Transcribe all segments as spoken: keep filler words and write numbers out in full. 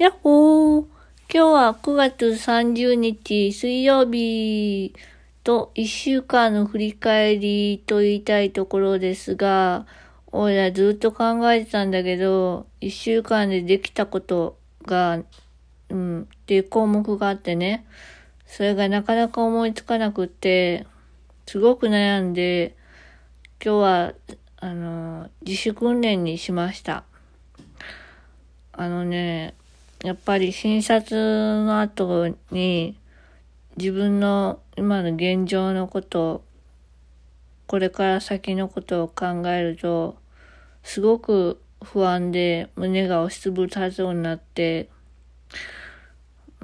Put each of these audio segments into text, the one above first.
やっほー。今日はくがつさんじゅうにち水曜日といっしゅうかんの振り返りと言いたいところですが、俺らずっと考えてたんだけど、いっしゅうかんでできたことが、うん、っていう項目があってね、それがなかなか思いつかなくって、すごく悩んで、今日は、あの、自主訓練にしました。あのね、やっぱり診察の後に自分の今の現状のこと、これから先のことを考えると、すごく不安で胸が押しつぶされそうになって、うん、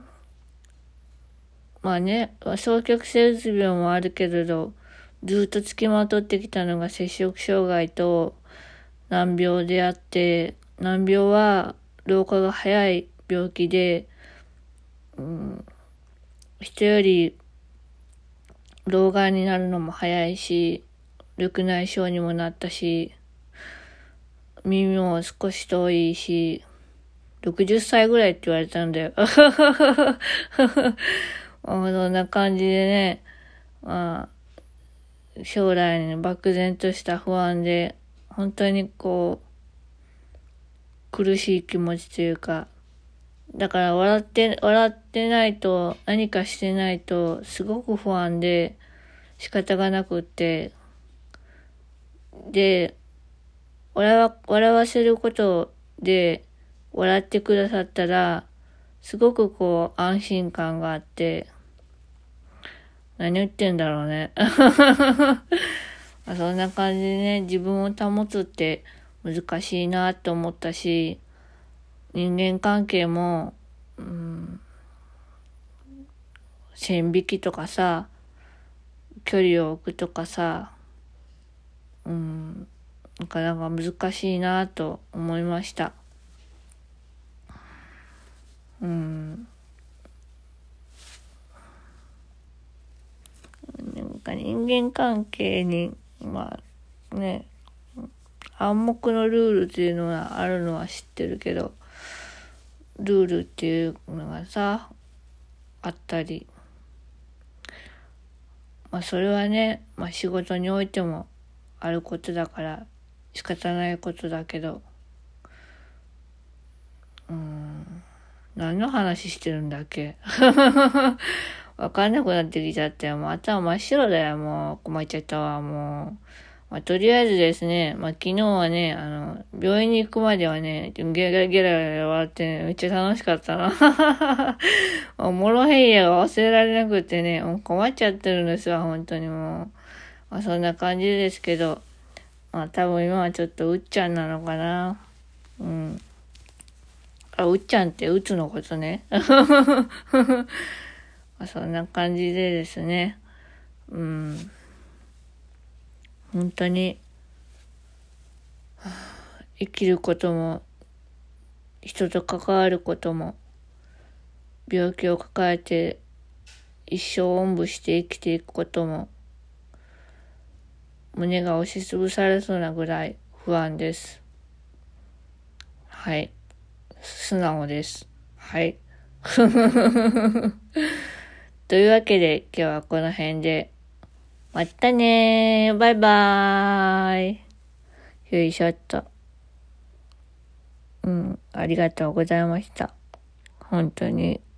まあね、双極性うつ病もあるけれど、ずっと付きまとってきたのが摂食障害と難病であって、難病は老化が早い病気で、うん、人より老眼になるのも早いし、緑内障にもなったし、耳も少し遠いし、ろくじゅっさいぐらいって言われたんだよ。そんな感じでね、まあ、将来に漠然とした不安で、本当にこう、苦しい気持ちというか、だから笑って、笑ってないと、何かしてないと、すごく不安で仕方がなくって、で、笑わ、笑わせることで笑ってくださったら、すごくこう安心感があって、何言ってんだろうね。そんな感じでね、自分を保つって難しいなと思ったし、人間関係も、うん、線引きとかさ、距離を置くとかさ、うん、なかなか難しいなと思いました。うん。なんか人間関係に、まあね、暗黙のルールっていうのがあるのは知ってるけど、ルールっていうのがさ、あったり、まあそれはね、まあ仕事においてもあることだから仕方ないことだけど、うーん、何の話してるんだっけ。わかんなくなってきちゃったよ。もう頭真っ白だよ。もう困っちゃったわ。もう。まあ、とりあえずですね、まあ、昨日はね、あの、病院に行くまではね、ゲラゲラゲラゲラ笑ってね、めっちゃ楽しかったな。おもろへいやが忘れられなくてね、もう困っちゃってるんですわ、本当にもう。まあ、そんな感じですけど、まあ、多分今はちょっとうっちゃんなのかな。うん。あ、うっちゃんってうつのことね。まあ、そんな感じでですね、うん。本当に、生きることも、人と関わることも、病気を抱えて一生おんぶして生きていくことも、胸が押しつぶされそうなぐらい不安です。はい。素直です。はい。というわけで今日はこの辺で、またねー。バイバーイ。よいしょっと。うん、ありがとうございました。本当に。